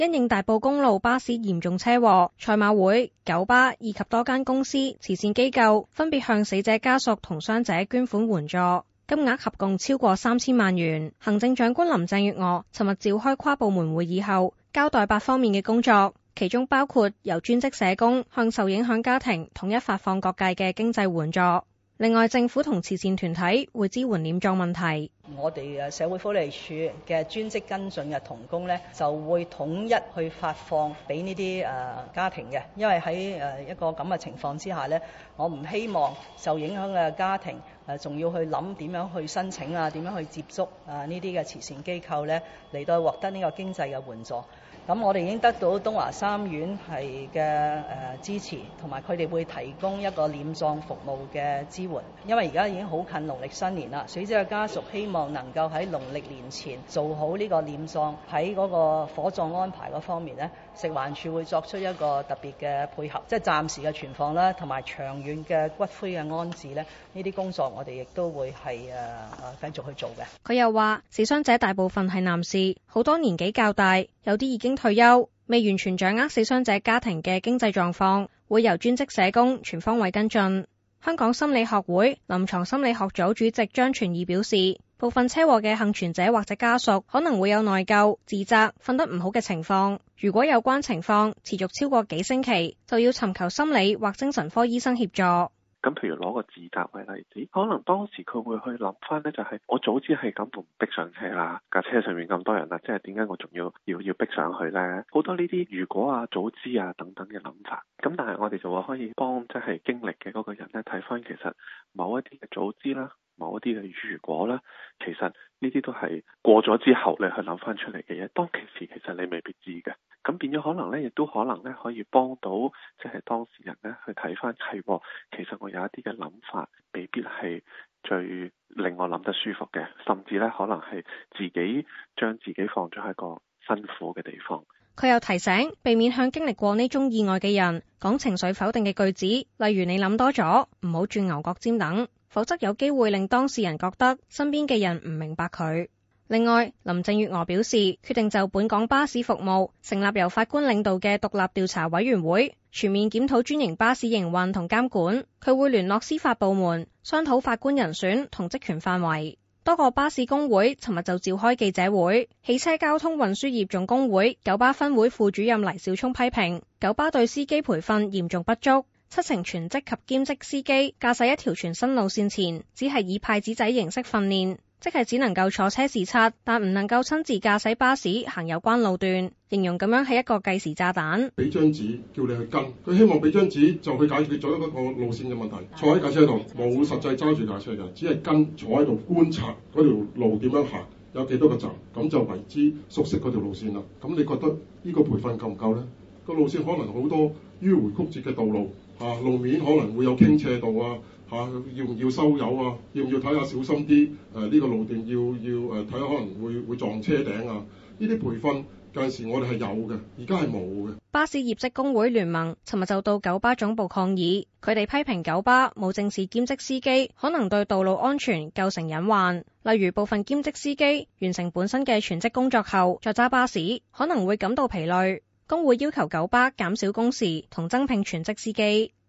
因應大埔公路巴士嚴重車禍，賽馬會、九巴以及多間公司、慈善機構分別向死者家屬同傷者捐款援助，金額合共超過3000萬元。行政長官林鄭月娥尋日召開跨部門會議後，交代8方面嘅工作，其中包括由專職社工向受影響家庭統一發放各界嘅經濟援助。另外，政府同慈善團體會支援殮葬問題。 我哋社會福利署嘅專職跟進嘅同工呢，就會統一去發放俾呢啲家庭嘅，因為喺一個咁嘅情況之下呢，我唔希望受影響嘅家庭仲要去諗點樣去申請啊，點樣去接觸呢啲嘅慈善機構呢，嚟到獲得呢個經濟嘅援助。咁我哋已經得到東華三院係嘅支持，同埋佢哋會提供一個殮葬服務嘅支援。因為而家已經好近農曆新年啦，死者嘅家屬希望能夠喺農曆年前做好呢個殮葬，喺嗰個火葬安排嗰方面呢，食環署會作出一個特別嘅配合，即係暫時嘅存放啦，同埋長遠嘅骨灰嘅安置呢，呢啲工作我哋亦都會係繼續去做嘅。 佢又話，死傷者大部分係男士，好多年紀較大，有啲已經退休，未完全掌握死傷者家庭嘅經濟狀況，會由專職社工全方位跟進。香港心理學會臨床心理學組主席張傳義表示，部分車禍嘅幸存者或者家屬可能會有內疚、自責、瞓得唔好嘅情況。如果有關情況持續超過幾星期，就要尋求心理或精神科醫生協助。 咁譬如攞個自責為例子，可能當時佢會去諗翻呢，就係我早知係咁唔逼上車啦，架車上面咁多人啦，即係點解我仲要逼上去呢？好多呢啲如果啊、早知啊等等嘅諗法。咁但係我哋就話可以幫即係經歷嘅嗰個人呢，睇翻其實某一啲嘅早知啦，某一啲嘅如果啦，其實呢啲都係過咗之後你去諗翻出嚟嘅嘢，當其時其實你未必知嘅。咁變咗可能呢，亦都可能呢，可以幫到即係當事人呢去睇翻係，其實我有一啲嘅諗法未必係最令我諗得舒服嘅，甚至呢可能係自己將自己放咗喺一個辛苦嘅地方。 佢又提醒，避免向經歷過呢宗意外嘅人講情緒否定嘅句子，例如你諗多咗，唔好轉牛角尖等，否則有機會令當事人覺得身邊嘅人唔明白佢。另外，林鄭月娥表示，決定就本港巴士服務成立由法官領導嘅獨立調查委員會，全面檢討專營巴士營運同監管。佢會聯絡司法部門，商討法官人選同職權範圍。多個巴士工會尋日就召開記者會，汽車交通運輸業總工會九巴分會副主任黎兆聰批評九巴對司機培訓嚴重不足，70%全職及兼職司機駕駛一條全新路線前，只係以派紙仔形式訓練，即係只能夠坐車視察，但唔能夠親自駕駛巴士行有關路段，形容咁樣係一個計時炸彈。 俾張紙叫你去跟，佢希望俾張紙就去解決咗一個路線嘅問題。坐喺架車度冇實際揸住架車嘅，只係跟坐喺度觀察嗰條路點樣行，有幾多個站，咁就為之熟悉嗰條路線啦。咁你覺得呢個培訓夠唔夠呢？個路線可能好多迂迴曲折嘅道路，路面可能會有傾斜度啊。要唔要收油啊？要唔要睇下小心啲？呢個路段要睇下可能會撞車頂啊！呢啲培訓嗰陣時我哋係有嘅，而家係冇嘅。 巴士業職工會聯盟尋日就到九巴總部抗議，佢哋批評九巴冇正視兼職司機可能對道路安全構成隱患，例如部分兼職司機完成本身嘅全職工作後再揸巴士，可能會感到疲累。工會要求九巴減少工時同增聘全職司機。